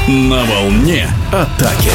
На волне атаки.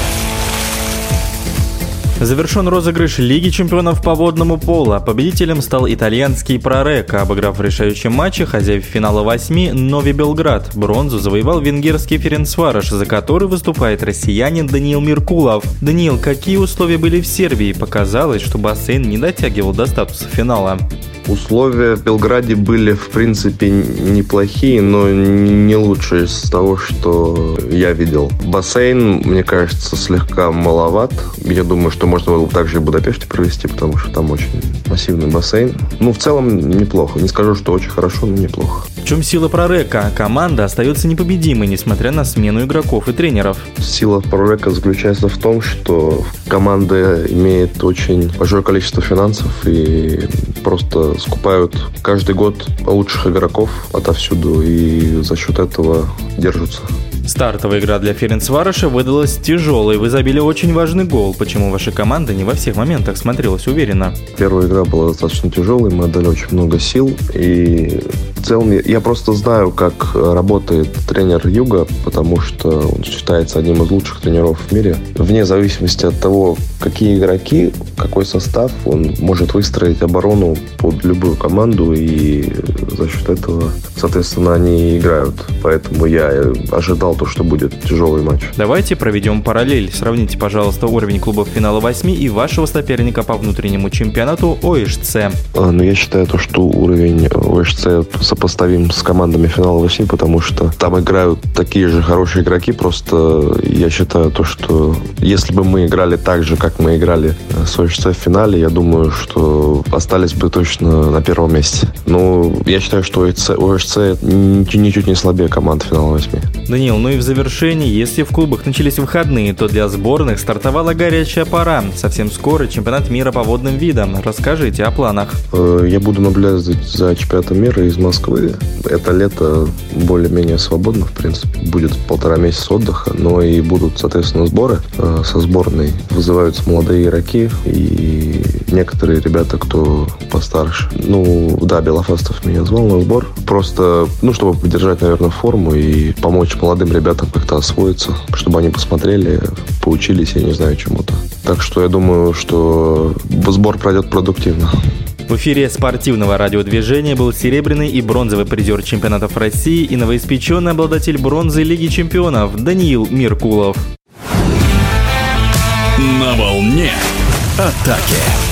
Завершен розыгрыш Лиги чемпионов по водному поло. Победителем стал итальянский Прорека. Обыграв в решающем матче хозяев финала 8 Нови Белград. Бронзу завоевал венгерский Ференцварош, за который выступает россиянин Даниил Миркулов. Даниил, какие условия были в Сербии? Показалось, что бассейн не дотягивал до статуса финала. Условия в Белграде были, в принципе, неплохие, но не лучшие из того, что я видел. Бассейн, мне кажется, слегка маловат. Я думаю, что можно было бы также и в Будапеште провести, потому что там очень массивный бассейн. В целом, неплохо. Не скажу, что очень хорошо, но неплохо. В чем сила Прорека? Команда остается непобедимой, несмотря на смену игроков и тренеров. Сила Прорека заключается в том, что команда имеет очень большое количество финансов и просто скупают каждый год лучших игроков отовсюду и за счет этого держатся. Стартовая игра для Ференцвароша выдалась тяжелой. Вы забили очень важный гол. Почему ваша команда не во всех моментах смотрелась уверенно? Первая игра была достаточно тяжелой, мы отдали очень много сил. И в целом я просто знаю, как работает тренер Юга, потому что он считается одним из лучших тренеров в мире. Вне зависимости от того, какие игроки, какой состав, он может выстроить оборону под любую команду, и за счет этого, соответственно, они играют. Поэтому я ожидал то, что будет тяжелый матч. Давайте проведем параллель. Сравните, пожалуйста, уровень клубов финала 8 и вашего соперника по внутреннему чемпионату ОШЦ. Я считаю, что уровень ОШЦ сопоставим с командами финала 8, потому что там играют такие же хорошие игроки. Просто я считаю, что если бы мы играли так же, как мы играли с ОШЦ в финале, я думаю, что остались бы точно на первом месте. Но я считаю, что ОШЦ ничуть не слабее команд финала 8. Даниил, и в завершении, если в клубах начались выходные, то для сборных стартовала горячая пора. Совсем скоро чемпионат мира по водным видам. Расскажите о планах. Я буду наблюдать за чемпионатом мира из Москвы. Это лето более-менее свободно, в принципе. Будет 1,5 месяца отдыха, но и будут, соответственно, сборы со сборной. Вызываются молодые игроки и некоторые ребята, кто постарше. Белофастов меня звал на сбор. Просто, чтобы поддержать, наверное, форму и помочь молодым ребятам как-то освоиться, чтобы они посмотрели, поучились, я не знаю, чему-то. Так что я думаю, что сбор пройдет продуктивно. В эфире спортивного радиодвижения был серебряный и бронзовый призер чемпионатов России и новоиспеченный обладатель бронзы Лиги чемпионов Даниил Миркулов. На волне атаки.